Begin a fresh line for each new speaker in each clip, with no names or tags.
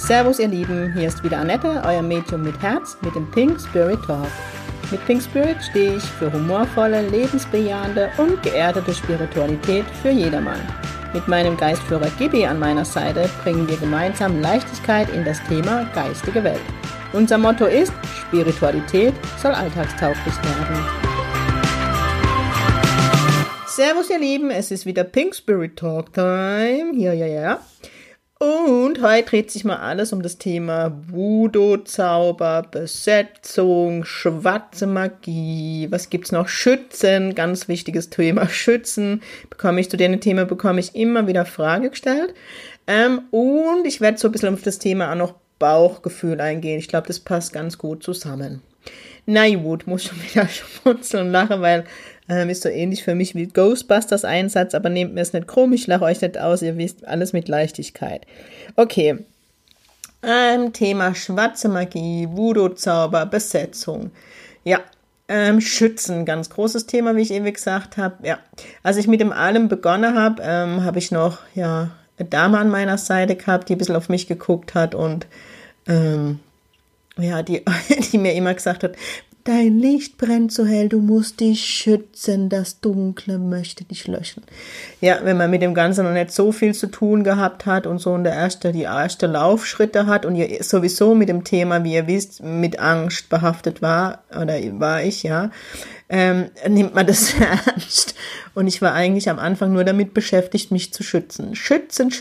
Servus ihr Lieben, hier ist wieder Annette, euer Medium mit Herz mit dem Pink Spirit Talk. Mit Pink Spirit stehe ich für humorvolle, lebensbejahende und geerdete Spiritualität für jedermann. Mit meinem Geistführer Gibi an meiner Seite bringen wir gemeinsam Leichtigkeit in das Thema geistige Welt. Unser Motto ist, Spiritualität soll alltagstauglich werden. Servus ihr Lieben, es ist wieder Pink Spirit Talk Time. Ja. Und heute dreht sich mal alles um das Thema Voodoo-Zauber, Besetzung, schwarze Magie, was gibt's noch? Schützen, ganz wichtiges Thema, Schützen. Zu dem Thema bekomme ich immer wieder Fragen gestellt. Und ich werde so ein bisschen auf das Thema auch noch Bauchgefühl eingehen. Ich glaube, das passt ganz gut zusammen. Na gut, muss schon wieder schmunzeln und lachen, weil ist so ähnlich für mich wie Ghostbusters Einsatz, aber nehmt mir es nicht krumm, ich lache euch nicht aus, ihr wisst, alles mit Leichtigkeit. Okay, Thema schwarze Magie, Voodoo-Zauber, Besetzung. Ja, Schützen, ganz großes Thema, wie ich eben gesagt habe. Ja, als ich mit dem allem begonnen habe, habe ich noch eine Dame an meiner Seite gehabt, die ein bisschen auf mich geguckt hat und die mir immer gesagt hat, dein Licht brennt so hell, du musst dich schützen, das Dunkle möchte dich löschen. Ja, wenn man mit dem Ganzen noch nicht so viel zu tun gehabt hat und so die erste Laufschritte hat und ihr sowieso mit dem Thema, wie ihr wisst, mit Angst behaftet war ich, nimmt man das ernst. Und ich war eigentlich am Anfang nur damit beschäftigt, mich zu schützen. Schützen.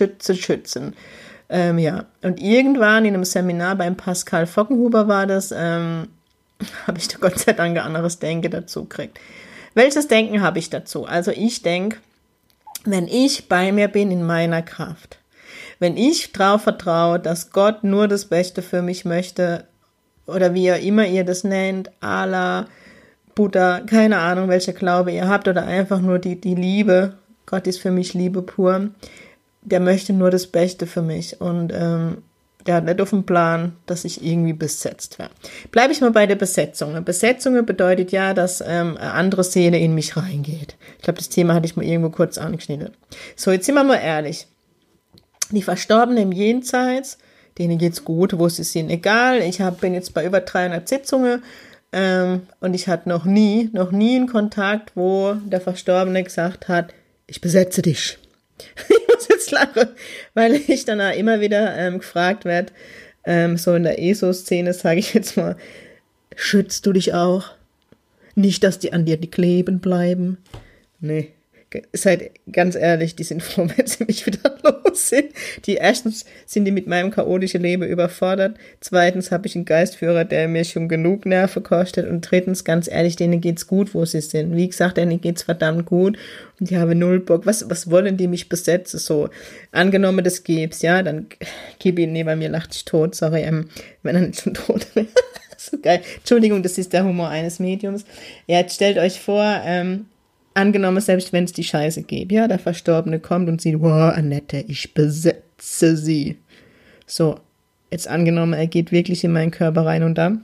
Und irgendwann in einem Seminar beim Pascal Fockenhuber war das, habe ich da Gott sei Dank ein anderes Denken dazu gekriegt. Welches Denken habe ich dazu? Also ich denke, wenn ich bei mir bin in meiner Kraft, wenn ich drauf vertraue, dass Gott nur das Beste für mich möchte, oder wie immer ihr das nennt, Allah, Buddha, keine Ahnung, welcher Glaube ihr habt, oder einfach nur die Liebe, Gott ist für mich Liebe pur, der möchte nur das Beste für mich und der hat nicht auf dem Plan, dass ich irgendwie besetzt werde. Bleibe ich mal bei der Besetzung. Besetzung bedeutet ja, dass eine andere Seele in mich reingeht. Ich glaube, das Thema hatte ich mal irgendwo kurz angeschnitten. So, jetzt sind wir mal ehrlich. Die Verstorbenen im Jenseits, denen geht's gut, wo sie sind. Egal, bin jetzt bei über 300 Sitzungen und ich hatte noch nie einen Kontakt, wo der Verstorbene gesagt hat, ich besetze dich. Ich muss jetzt lachen, weil ich dann auch immer wieder gefragt werde, so in der ESO-Szene, sage ich jetzt mal, schützt du dich auch? Nicht, dass die an dir kleben bleiben? Nee, seid ganz ehrlich, die sind froh, wenn sie mich wieder los sind. Erstens sind die mit meinem chaotischen Leben überfordert. Zweitens habe ich einen Geistführer, der mir schon genug Nerven kostet. Und drittens, ganz ehrlich, denen geht's gut, wo sie sind. Wie gesagt, denen geht's verdammt gut. Und die haben null Bock. Was wollen die mich besetzen? So, angenommen, das gibt's, ja, dann gib ihn neben mir, lacht sich tot. Sorry, wenn er nicht schon tot wäre. So geil. Entschuldigung, das ist der Humor eines Mediums. Ja, jetzt stellt euch vor, angenommen, selbst wenn es die Scheiße gibt, ja, der Verstorbene kommt und sieht, wow, Annette, ich besetze sie. So, jetzt angenommen, er geht wirklich in meinen Körper rein und dann?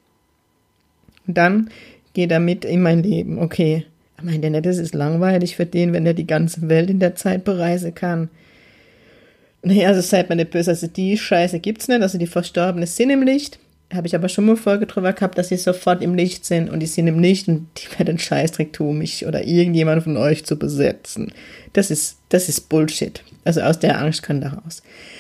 Und dann geht er mit in mein Leben. Okay, ich meine, das ist langweilig für den, wenn er die ganze Welt in der Zeit bereisen kann. Naja, also seid mal nicht böse, also die Scheiße gibt's nicht, also die Verstorbenen sind im Licht. Habe ich aber schon mal Folge drüber gehabt, dass sie sofort im Licht sind und die sind im Licht und die werden Scheißdreck tun, mich oder irgendjemand von euch zu besetzen. Das ist Bullshit. Also aus der Angst kann da raus.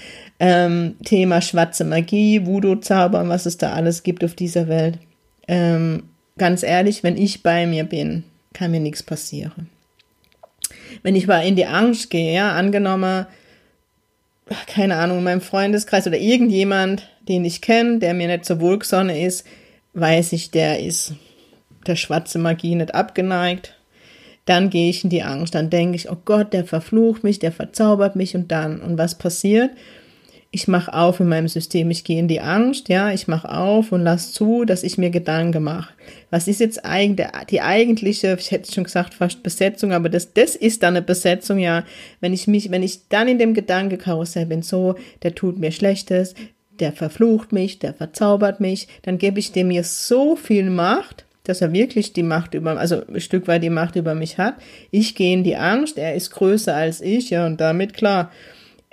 Thema schwarze Magie, Voodoo-Zauber und was es da alles gibt auf dieser Welt. Ganz ehrlich, wenn ich bei mir bin, kann mir nichts passieren. Wenn ich mal in die Angst gehe, ja, angenommen, keine Ahnung, in meinem Freundeskreis oder irgendjemand, den ich kenne, der mir nicht so wohlgesonnen ist, weiß ich, der ist der schwarze Magie nicht abgeneigt. Dann gehe ich in die Angst, dann denke ich, oh Gott, der verflucht mich, der verzaubert mich und was passiert? Ich mache auf in meinem System, ich gehe in die Angst, ja, ich mache auf und lasse zu, dass ich mir Gedanken mache. Was ist jetzt eigentlich die eigentliche, ich hätte schon gesagt, fast Besetzung, aber das ist dann eine Besetzung, ja, wenn ich dann in dem Gedankenkarussell bin, so, der tut mir Schlechtes, der verflucht mich, der verzaubert mich, dann gebe ich dem mir so viel Macht, dass er wirklich die Macht also ein Stück weit die Macht über mich hat. Ich gehe in die Angst, er ist größer als ich, ja, und damit klar,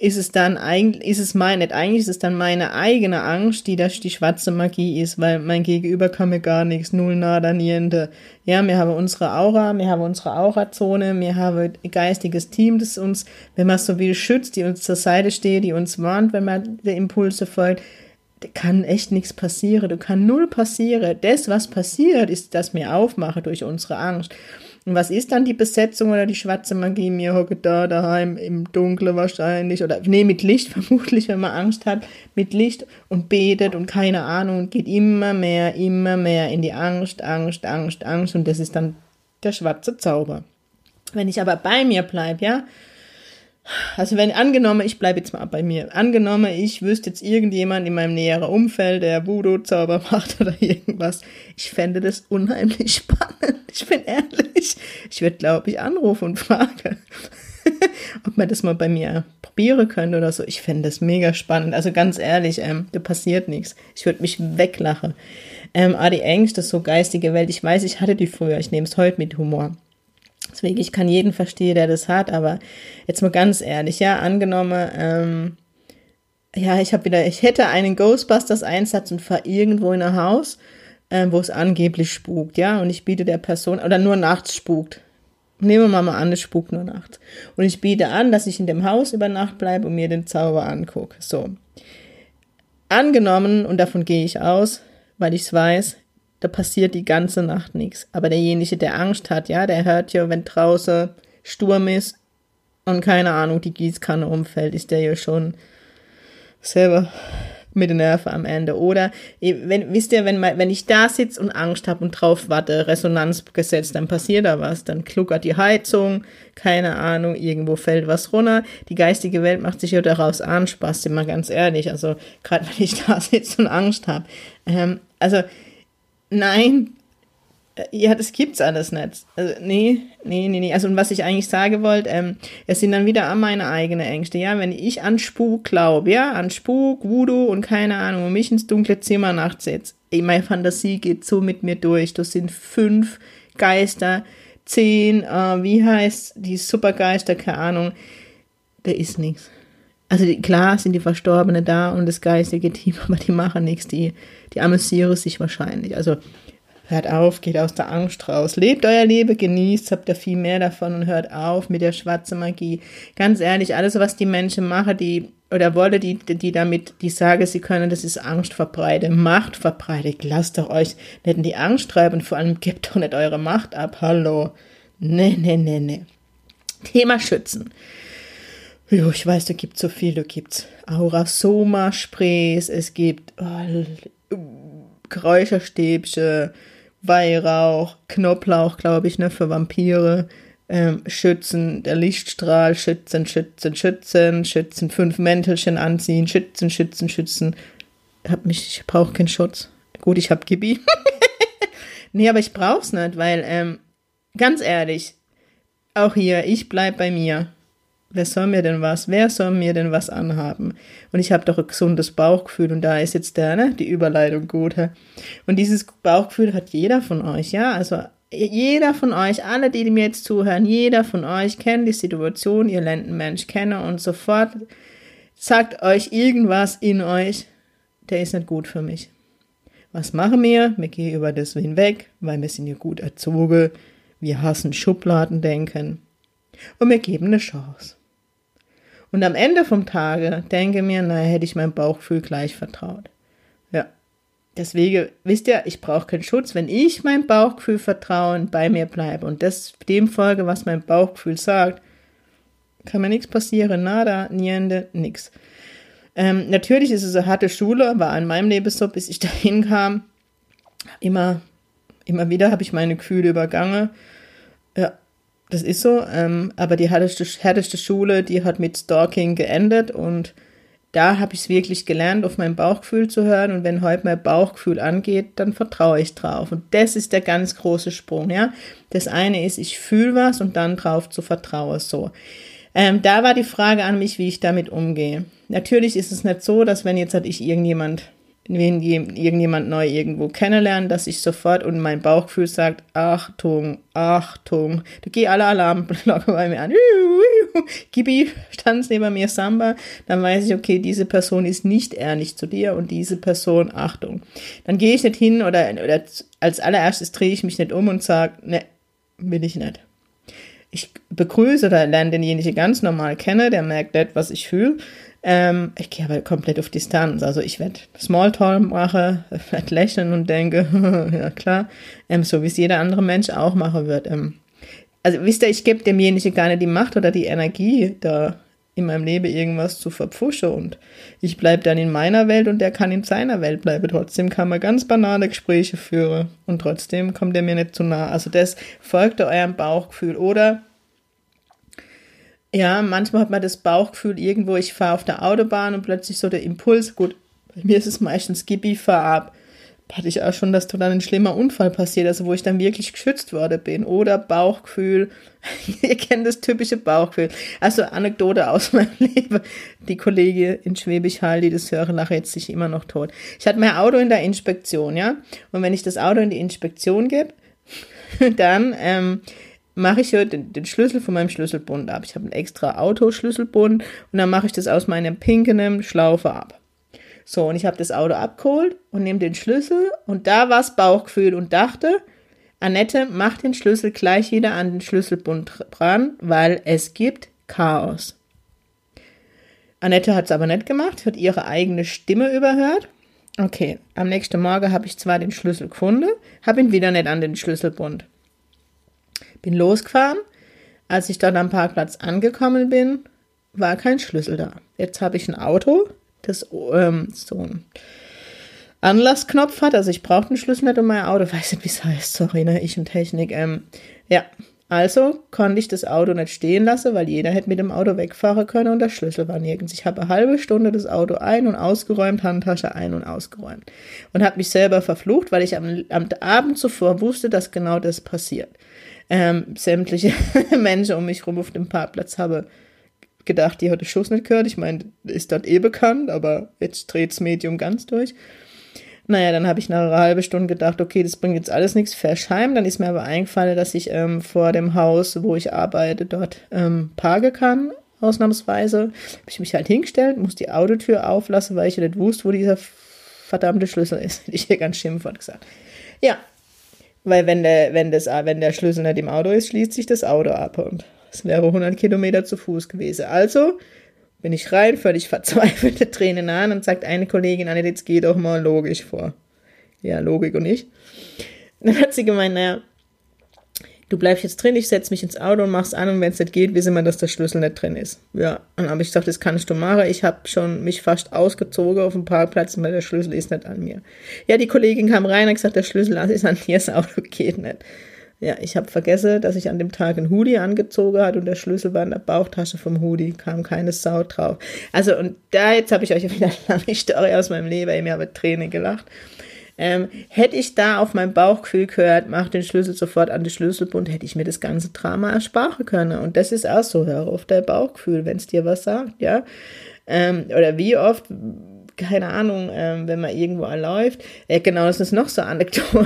ist es dann eigentlich, eigentlich ist es dann meine eigene Angst, die das die schwarze Magie ist, weil mein Gegenüber kann mir gar nichts, null, nada, niente. Ja, wir haben unsere Aura, wir haben unsere Aurazone, wir haben ein geistiges Team, das uns, wenn man es so will, schützt, die uns zur Seite steht, die uns warnt, wenn man der Impulse folgt. Da kann echt nichts passieren, da kann null passieren. Das, was passiert, ist, dass wir aufmachen durch unsere Angst. Und was ist dann die Besetzung oder die schwarze Magie? Wir hocken da daheim im Dunkeln wahrscheinlich oder mit Licht vermutlich, wenn man Angst hat, mit Licht und betet und keine Ahnung und geht immer mehr in die Angst und das ist dann der schwarze Zauber. Wenn ich aber bei mir bleibe, ja, also wenn angenommen, ich bleibe jetzt mal bei mir, angenommen, ich wüsste jetzt irgendjemand in meinem näheren Umfeld, der Voodoo-Zauber macht oder irgendwas, ich fände das unheimlich spannend, ich bin ehrlich, ich würde, glaube ich, anrufen und fragen, ob man das mal bei mir probieren könnte oder so, ich fände das mega spannend, also ganz ehrlich, da passiert nichts, ich würde mich weglachen, die Ängste, so geistige Welt, ich weiß, ich hatte die früher, ich nehme es heute mit Humor. Deswegen, ich kann jeden verstehen, der das hat, aber jetzt mal ganz ehrlich, ja, angenommen, ich hätte einen Ghostbusters-Einsatz und fahre irgendwo in ein Haus, wo es angeblich spukt, ja, und ich biete der Person, oder nur nachts spukt. Nehmen wir mal an, es spukt nur nachts. Und ich biete an, dass ich in dem Haus über Nacht bleibe und mir den Zauber angucke. So. Angenommen, und davon gehe ich aus, weil ich es weiß, da passiert die ganze Nacht nichts. Aber derjenige, der Angst hat, ja, der hört ja, wenn draußen Sturm ist und keine Ahnung, die Gießkanne umfällt, ist der ja schon selber mit den Nerven am Ende. Oder, wenn ich da sitze und Angst habe und drauf warte, Resonanz gesetzt, dann passiert da was. Dann kluckert die Heizung, keine Ahnung, irgendwo fällt was runter. Die geistige Welt macht sich ja daraus an, Spaß, sind wir ganz ehrlich. Also, gerade wenn ich da sitze und Angst habe. Nein, ja, das gibt's alles nicht. Also, nee. Also, und was ich eigentlich sagen wollte, es sind dann wieder an meine eigenen Ängste, ja. Wenn ich an Spuk glaube, ja, an Spuk, Voodoo und keine Ahnung, und mich ins dunkle Zimmer nachts setze, meine Fantasie geht so mit mir durch. Das sind 5 Geister, 10, wie heißt die Supergeister, keine Ahnung. Da ist nichts. Also, klar sind die Verstorbenen da und das geistige Team, aber die machen nichts, die amüsieren sich wahrscheinlich. Also, hört auf, geht aus der Angst raus. Lebt euer Leben, genießt, habt ihr viel mehr davon und hört auf mit der schwarzen Magie. Ganz ehrlich, alles, was die Menschen machen, die damit, die sagen, sie können, das ist Angst verbreiten, Macht verbreiten. Lasst doch euch nicht in die Angst treiben und vor allem gebt doch nicht eure Macht ab. Hallo. Nee. Thema Schützen. Jo, ich weiß, da gibt so viel, da gibt's Aurasoma-Sprays, es gibt Räucherstäbchen, Weihrauch, Knoblauch, glaube ich, für Vampire, Schützen, der Lichtstrahl, Schützen, 5 Mäntelchen anziehen, Schützen. Ich brauche keinen Schutz. Gut, ich habe Gibi. Nee, aber ich brauch's nicht, weil, ganz ehrlich, auch hier, ich bleib bei mir. Wer soll mir denn was anhaben? Und ich habe doch ein gesundes Bauchgefühl und da ist jetzt die Überleitung gut. Und dieses Bauchgefühl hat jeder von euch, ja, also jeder von euch, alle, die mir jetzt zuhören, jeder von euch kennt die Situation, ihr lernt einen Mensch kennen und sofort sagt euch irgendwas in euch, der ist nicht gut für mich. Was machen wir? Wir gehen über das hinweg, weil wir sind ja gut erzogen, wir hassen Schubladendenken und wir geben eine Chance. Und am Ende vom Tage denke mir, hätte ich meinem Bauchgefühl gleich vertraut. Ja, deswegen, wisst ihr, ich brauche keinen Schutz, wenn ich meinem Bauchgefühl vertraue und bei mir bleibe und dem folge, was mein Bauchgefühl sagt, kann mir nichts passieren, nada, niente, nix. Natürlich ist es eine harte Schule, war in meinem Leben so, bis ich dahin kam. Immer wieder habe ich meine Gefühle übergangen. Ja, das ist so, aber die härteste Schule, die hat mit Stalking geendet und da habe ich es wirklich gelernt, auf mein Bauchgefühl zu hören und wenn heute mein Bauchgefühl angeht, dann vertraue ich drauf und das ist der ganz große Sprung, ja. Das eine ist, ich fühle was und dann drauf zu vertrauen, so. Da war die Frage an mich, wie ich damit umgehe. Natürlich ist es nicht so, dass wenn jetzt ich irgendjemand wenn irgendjemand neu irgendwo kennenlernt, dass ich sofort und mein Bauchgefühl sagt, Achtung, Achtung, da gehen alle Alarmglocke bei mir an. Gibi, stand neben mir Samba, dann weiß ich, okay, diese Person ist nicht ehrlich zu dir und diese Person, Achtung. Dann gehe ich nicht hin oder als allererstes drehe ich mich nicht um und sage, ne, will ich nicht. Ich begrüße oder lerne denjenigen ganz normal kennen, der merkt nicht, was ich fühle. Ich gehe aber komplett auf Distanz. Also ich werde Smalltalk machen, werde lächeln und denke, ja klar, so wie es jeder andere Mensch auch machen wird. Also wisst ihr, ich gebe demjenigen gar nicht die Macht oder die Energie, da in meinem Leben irgendwas zu verpfuschen und ich bleibe dann in meiner Welt und der kann in seiner Welt bleiben. Trotzdem kann man ganz banale Gespräche führen und trotzdem kommt er mir nicht zu nah. Also das folgt eurem Bauchgefühl oder ja, manchmal hat man das Bauchgefühl irgendwo, ich fahre auf der Autobahn und plötzlich so der Impuls, gut, bei mir ist es meistens Gibi, fahr ab. Hatte ich auch schon, dass da dann ein schlimmer Unfall passiert, also wo ich dann wirklich geschützt worden bin. Oder Bauchgefühl, ihr kennt das typische Bauchgefühl. Also Anekdote aus meinem Leben. Die Kollegin in Schwäbisch Hall, die das höre, lache jetzt sich immer noch tot. Ich hatte mein Auto in der Inspektion, ja. Und wenn ich das Auto in die Inspektion gebe, dann mache ich ja den Schlüssel von meinem Schlüsselbund ab. Ich habe einen extra Autoschlüsselbund und dann mache ich das aus meinem pinken Schlaufe ab. So, und ich habe das Auto abgeholt und nehme den Schlüssel und da war das Bauchgefühl und dachte, Annette, mach den Schlüssel gleich wieder an den Schlüsselbund dran, weil es gibt Chaos. Annette hat es aber nicht gemacht, hat ihre eigene Stimme überhört. Okay, am nächsten Morgen habe ich zwar den Schlüssel gefunden, habe ihn wieder nicht an den Schlüsselbund. Bin losgefahren. Als ich dort am Parkplatz angekommen bin, war kein Schlüssel da. Jetzt habe ich ein Auto, das so einen Anlassknopf hat. Also ich brauche den Schlüssel nicht um mein Auto. Weiß nicht, wie es heißt. Sorry, ne? Ich und Technik. Ja, also konnte ich das Auto nicht stehen lassen, weil jeder hätte mit dem Auto wegfahren können und der Schlüssel war nirgends. Ich habe eine halbe Stunde das Auto ein- und ausgeräumt, Handtasche ein- und ausgeräumt. Und habe mich selber verflucht, weil ich am Abend zuvor wusste, dass genau das passiert. Sämtliche Menschen um mich rum auf dem Parkplatz haben gedacht, die hat den Schuss nicht gehört. Ich meine, ist das bekannt, aber jetzt dreht das Medium ganz durch. Naja, dann habe ich nach einer halben Stunde gedacht, okay, das bringt jetzt alles nichts, fährst heim. Dann ist mir aber eingefallen, dass ich vor dem Haus, wo ich arbeite, dort parken kann, ausnahmsweise. Habe ich mich halt hingestellt, muss die Autotür auflassen, weil ich ja nicht wusste, wo dieser verdammte Schlüssel ist. Hätte ich hier ganz schimpfend gesagt. Ja, weil wenn der Schlüssel nicht im Auto ist, schließt sich das Auto ab und es wäre 100 Kilometer zu Fuß gewesen. Also bin ich rein, völlig verzweifelte Tränen an und sagt eine Kollegin, Anne, jetzt geh doch mal logisch vor. Ja, Logik und ich. Dann hat sie gemeint, naja, du bleibst jetzt drin, ich setze mich ins Auto und mach's an und wenn es nicht geht, wissen wir, dass der Schlüssel nicht drin ist. Ja, und dann habe ich gesagt, das kannst du machen. Ich habe schon mich fast ausgezogen auf dem Parkplatz, weil der Schlüssel ist nicht an mir. Ja, die Kollegin kam rein und hat gesagt, der Schlüssel ist an dir, das Auto geht nicht. Ja, ich habe vergessen, dass ich an dem Tag einen Hoodie angezogen hat und der Schlüssel war in der Bauchtasche vom Hoodie, kam keine Sau drauf. Also und da, jetzt habe ich euch wieder eine lange Story aus meinem Leben, mir habe Tränen gelacht. Hätte ich da auf mein Bauchgefühl gehört, mach den Schlüssel sofort an den Schlüsselbund, hätte ich mir das ganze Drama ersparen können. Und das ist auch so, hör auf dein Bauchgefühl, wenn es dir was sagt, ja. Oder wie oft, keine Ahnung, wenn man irgendwo läuft. Genau, das ist noch so eine Anekdote.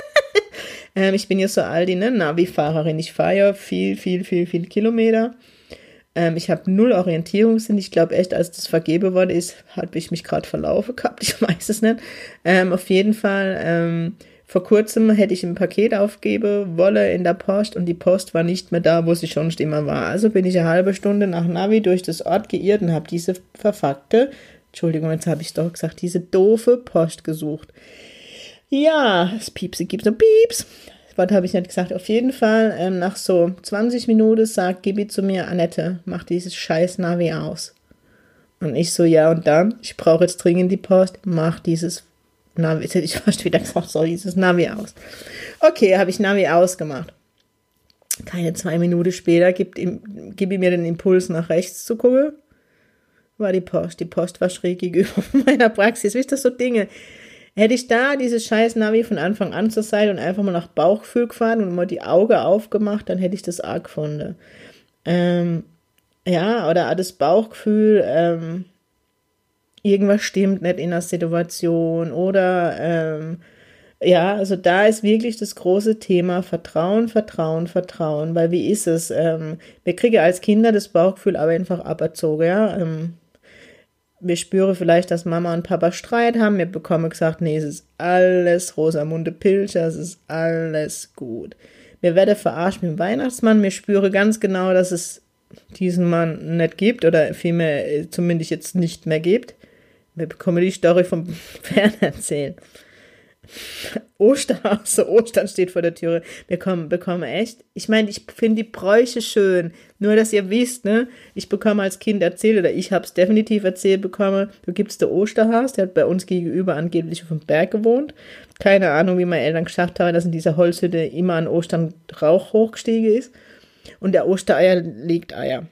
Ich bin ja so Aldi, ne, Navi-Fahrerin. Ich fahre ja viel Kilometer. Ich habe null Orientierungssinn. Ich glaube echt, als das vergeben worden ist, habe ich mich gerade verlaufen gehabt. Ich weiß es nicht. Auf jeden Fall, vor kurzem hätte ich ein Paket aufgeben wollen in der Post und die Post war nicht mehr da, wo sie schon immer war. Also bin ich eine halbe Stunde nach Navi durch das Ort geirrt und habe diese verfuckte, Entschuldigung, jetzt habe ich es doch gesagt, diese doofe Post gesucht. Ja, das Piepsi gibt so Pieps. Das Wort habe ich nicht gesagt. Auf jeden Fall, nach so 20 Minuten sagt Gibi zu mir, Annette, mach dieses scheiß Navi aus. Und ich so, ja und dann? Ich brauche jetzt dringend die Post. Mach dieses Navi, jetzt hätte ich fast wieder gesagt, so dieses Navi aus. Okay, habe ich Navi ausgemacht. Keine 2 Minuten später gibt Gibi mir den Impuls, nach rechts zu gucken. War die Post. Die Post war schräg gegenüber meiner Praxis. Wisst ihr, so Dinge. Hätte ich da dieses scheiß Navi von Anfang an zur Seite und einfach mal nach Bauchgefühl gefahren und mal die Augen aufgemacht, dann hätte ich das arg gefunden. Ja, oder das Bauchgefühl, irgendwas stimmt nicht in der Situation oder ja, also da ist wirklich das große Thema Vertrauen, Vertrauen, Vertrauen, weil wie ist es? Wir kriegen als Kinder das Bauchgefühl aber einfach aberzogen, ja. Wir spüren vielleicht, dass Mama und Papa Streit haben, wir bekommen gesagt, nee, es ist alles Rosamunde Pilcher, es ist alles gut. Wir werden verarscht mit dem Weihnachtsmann, wir spüren ganz genau, dass es diesen Mann nicht gibt oder vielmehr zumindest jetzt nicht mehr gibt. Wir bekommen die Story vom Pferd erzählt. Ostern steht vor der Tür. Wir bekommen echt, ich meine, ich finde die Bräuche schön, nur dass ihr wisst, ne, ich bekomme als Kind erzählt, oder ich habe es definitiv erzählt bekommen, du gibst der Osterhas, der hat bei uns gegenüber angeblich auf dem Berg gewohnt, keine Ahnung, wie meine Eltern geschafft haben, dass in dieser Holzhütte immer an Ostern Rauch hochgestiegen ist, und der Osterhas legt Eier,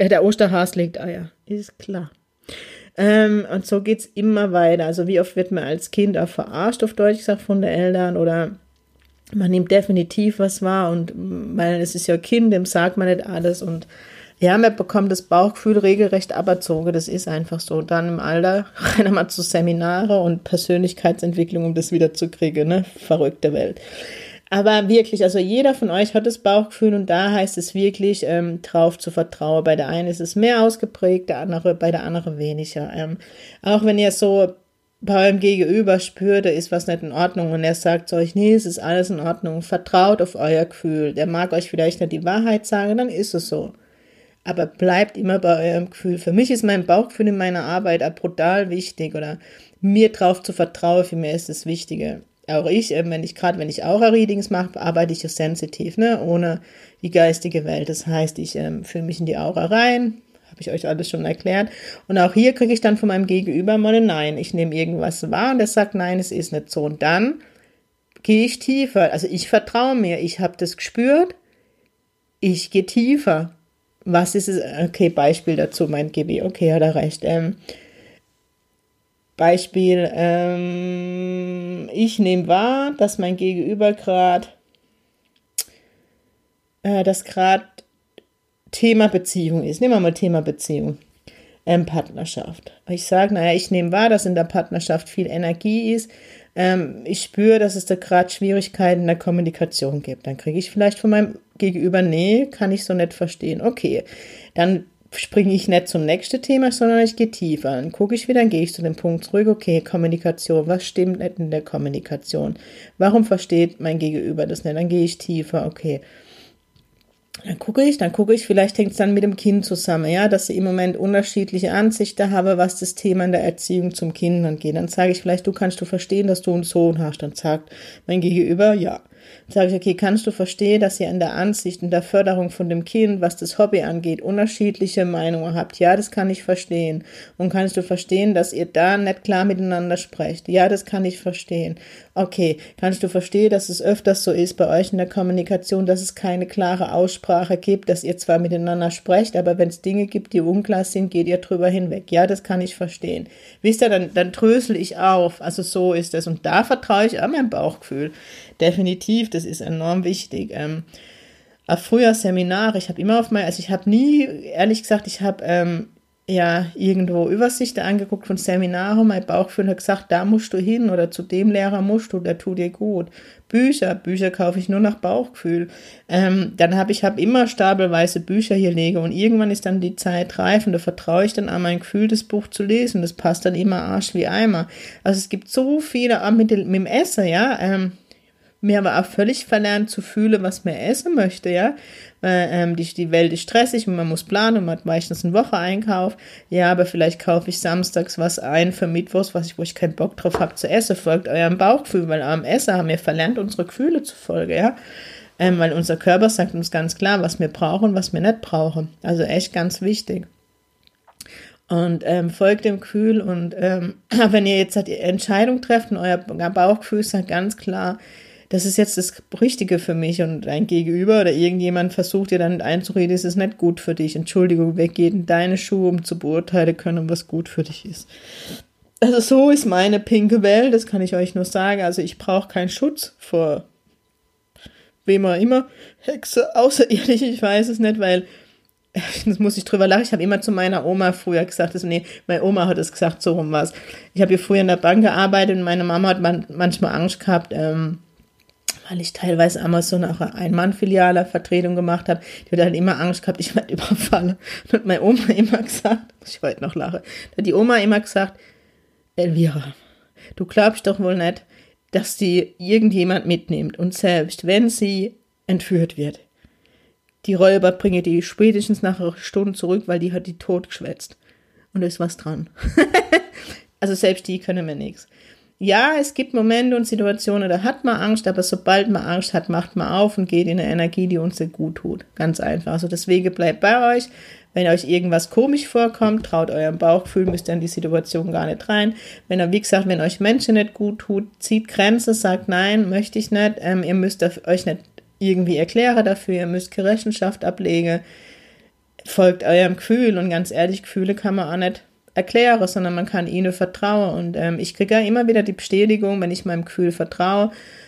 ist klar. Und so geht's immer weiter. Also wie oft wird man als Kind auch verarscht, auf Deutsch gesagt, von den Eltern, oder man nimmt definitiv was wahr, und weil es ist ja ein Kind, dem sagt man nicht alles, und ja, man bekommt das Bauchgefühl regelrecht aberzogen, das ist einfach so. Dann im Alter rennen wir zu Seminare und Persönlichkeitsentwicklung, um das wieder zu kriegen, ne? Verrückte Welt. Aber wirklich, also jeder von euch hat das Bauchgefühl, und da heißt es wirklich, drauf zu vertrauen. Bei der einen ist es mehr ausgeprägt, bei der anderen weniger. Auch wenn ihr so bei eurem Gegenüber spürt, da ist was nicht in Ordnung, und er sagt zu euch, nee, es ist alles in Ordnung, vertraut auf euer Gefühl. Der mag euch vielleicht nicht die Wahrheit sagen, dann ist es so. Aber bleibt immer bei eurem Gefühl. Für mich ist mein Bauchgefühl in meiner Arbeit auch brutal wichtig, oder mir drauf zu vertrauen, für mich ist das Wichtige. Auch ich, wenn ich Aura-Readings mache, arbeite ich ja sensitiv, ne, ohne die geistige Welt. Das heißt, ich fühle mich in die Aura rein, habe ich euch alles schon erklärt. Und auch hier kriege ich dann von meinem Gegenüber mal ein Nein. Ich nehme irgendwas wahr und der sagt, nein, es ist nicht so. Und dann gehe ich tiefer. Also ich vertraue mir, ich habe das gespürt, ich gehe tiefer. Was ist es? Okay, Beispiel dazu, mein GB. Okay, hat er recht. Beispiel, ich nehme wahr, dass mein Gegenüber gerade Thema Beziehung ist. Nehmen wir mal Thema Beziehung, Partnerschaft. Ich sage, naja, ich nehme wahr, dass in der Partnerschaft viel Energie ist. Ich spüre, dass es da gerade Schwierigkeiten in der Kommunikation gibt. Dann kriege ich vielleicht von meinem Gegenüber, nee, kann ich so nicht verstehen. Okay, dann springe ich nicht zum nächsten Thema, sondern ich gehe tiefer. Dann gucke ich wieder, dann gehe ich zu dem Punkt zurück, okay, Kommunikation, was stimmt nicht in der Kommunikation? Warum versteht mein Gegenüber das nicht? Dann gehe ich tiefer, okay. Dann gucke ich, vielleicht hängt es dann mit dem Kind zusammen, ja, dass sie im Moment unterschiedliche Ansichten haben, was das Thema in der Erziehung zum Kind angeht. Dann sage ich vielleicht, kannst du verstehen, dass du einen Sohn hast? Dann sagt mein Gegenüber, ja. Dann sage ich, okay, kannst du verstehen, dass ihr in der Ansicht, in der Förderung von dem Kind, was das Hobby angeht, unterschiedliche Meinungen habt? Ja, das kann ich verstehen. Und kannst du verstehen, dass ihr da nicht klar miteinander sprecht? Ja, das kann ich verstehen. Okay, kannst du verstehen, dass es öfters so ist bei euch in der Kommunikation, dass es keine klare Aussprache gibt, dass ihr zwar miteinander sprecht, aber wenn es Dinge gibt, die unklar sind, geht ihr drüber hinweg. Ja, das kann ich verstehen. Wisst ihr, dann drösel ich auf. Also so ist es. Und da vertraue ich an mein Bauchgefühl. Definitiv, das ist enorm wichtig. Früher Seminare, ich habe nie, ehrlich gesagt, ich habe irgendwo Übersichten angeguckt von Seminaren, mein Bauchgefühl hat gesagt, da musst du hin oder zu dem Lehrer musst du, der tut dir gut. Bücher kaufe ich nur nach Bauchgefühl. Ich habe immer stapelweise Bücher hier liegen, und irgendwann ist dann die Zeit reif, und da vertraue ich dann an mein Gefühl, das Buch zu lesen. Das passt dann immer Arsch wie Eimer. Also es gibt so viele, auch mit dem Essen, ja, mir aber auch völlig verlernt zu fühlen, was man essen möchte, ja. Die Welt ist stressig und man muss planen und man hat meistens eine Woche Einkauf. Ja, aber vielleicht kaufe ich samstags was ein für Mittwochs, wo ich keinen Bock drauf habe zu essen. Folgt eurem Bauchgefühl, weil am Essen haben wir verlernt, unsere Gefühle zu folgen, ja. Weil unser Körper sagt uns ganz klar, was wir brauchen und was wir nicht brauchen. Also echt ganz wichtig. Und folgt dem Gefühl, und wenn ihr jetzt die Entscheidung trefft und euer Bauchgefühl sagt ganz klar, das ist jetzt das Richtige für mich, und ein Gegenüber oder irgendjemand versucht dir dann einzureden, es ist nicht gut für dich. Entschuldigung, wer geht in deine Schuhe, um zu beurteilen können, was gut für dich ist. Also so ist meine pinke Welt, das kann ich euch nur sagen. Also ich brauche keinen Schutz vor wem auch immer, Hexe, außerirdisch, ich weiß es nicht, weil das muss ich drüber lachen, ich habe immer zu meiner Oma früher gesagt, meine Oma hat es gesagt, so rum was. Ich habe hier früher in der Bank gearbeitet und meine Mama hat manchmal Angst gehabt, weil ich teilweise Amazon auch eine Ein-Mann-Filiale Vertretung gemacht habe. Die hat halt immer Angst gehabt, ich werde überfallen. Und hat meine Oma immer gesagt, muss ich heute noch lachen, hat die Oma immer gesagt, Elvira, du glaubst doch wohl nicht, dass die irgendjemand mitnimmt und selbst wenn sie entführt wird, die Räuber bringen die spätestens nach einer Stunde zurück, weil die hat die tot geschwätzt. Und da ist was dran. Also selbst die können mir nichts. Ja, es gibt Momente und Situationen, da hat man Angst, aber sobald man Angst hat, macht man auf und geht in eine Energie, die uns nicht gut tut. Ganz einfach. Also deswegen bleibt bei euch. Wenn euch irgendwas komisch vorkommt, traut eurem Bauchgefühl, müsst ihr in die Situation gar nicht rein. Wie gesagt, wenn euch Menschen nicht gut tut, zieht Grenze, sagt nein, möchte ich nicht. Ihr müsst euch nicht irgendwie erklären dafür, ihr müsst keine Rechenschaft ablegen. Folgt eurem Gefühl und ganz ehrlich, Gefühle kann man auch nicht erklären, sondern man kann ihnen vertrauen. Und ich kriege ja immer wieder die Bestätigung, wenn ich meinem Gefühl vertraue,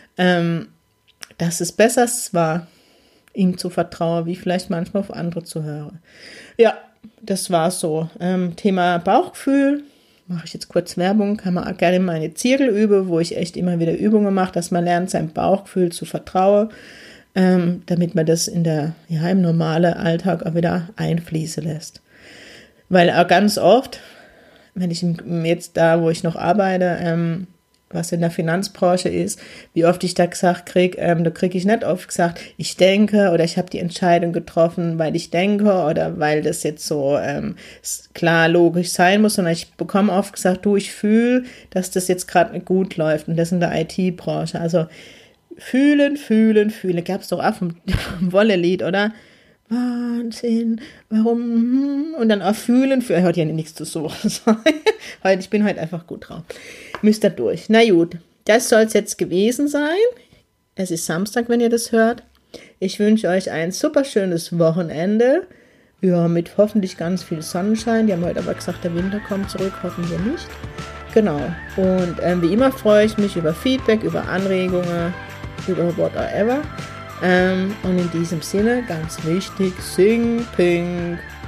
dass es besser war, ihm zu vertrauen, wie vielleicht manchmal auf andere zu hören. Ja, das war so. Thema Bauchgefühl, mache ich jetzt kurz Werbung, kann man auch gerne meine Zirkel üben, wo ich echt immer wieder Übungen mache, dass man lernt, seinem Bauchgefühl zu vertrauen, damit man das im normalen Alltag auch wieder einfließen lässt. Weil auch ganz oft, wenn ich jetzt da, wo ich noch arbeite, was in der Finanzbranche ist, wie oft ich da gesagt kriege, da kriege ich nicht oft gesagt, ich denke oder ich habe die Entscheidung getroffen, weil ich denke oder weil das jetzt so klar logisch sein muss, sondern ich bekomme oft gesagt, ich fühle, dass das jetzt gerade nicht gut läuft und das in der IT-Branche. Also fühlen. Gab es doch auch vom Wolle-Lied, oder? Wahnsinn, warum? Und dann auch fühlen, hört ja nichts zu so. Ich bin heute einfach gut drauf. Müsst ihr durch. Na gut, das soll es jetzt gewesen sein. Es ist Samstag, wenn ihr das hört. Ich wünsche euch ein super schönes Wochenende. Ja, mit hoffentlich ganz viel Sonnenschein. Die haben heute aber gesagt, der Winter kommt zurück, hoffen wir nicht. Genau. Und wie immer freue ich mich über Feedback, über Anregungen, über whatever. Und in diesem Sinne, ganz wichtig, sing pink.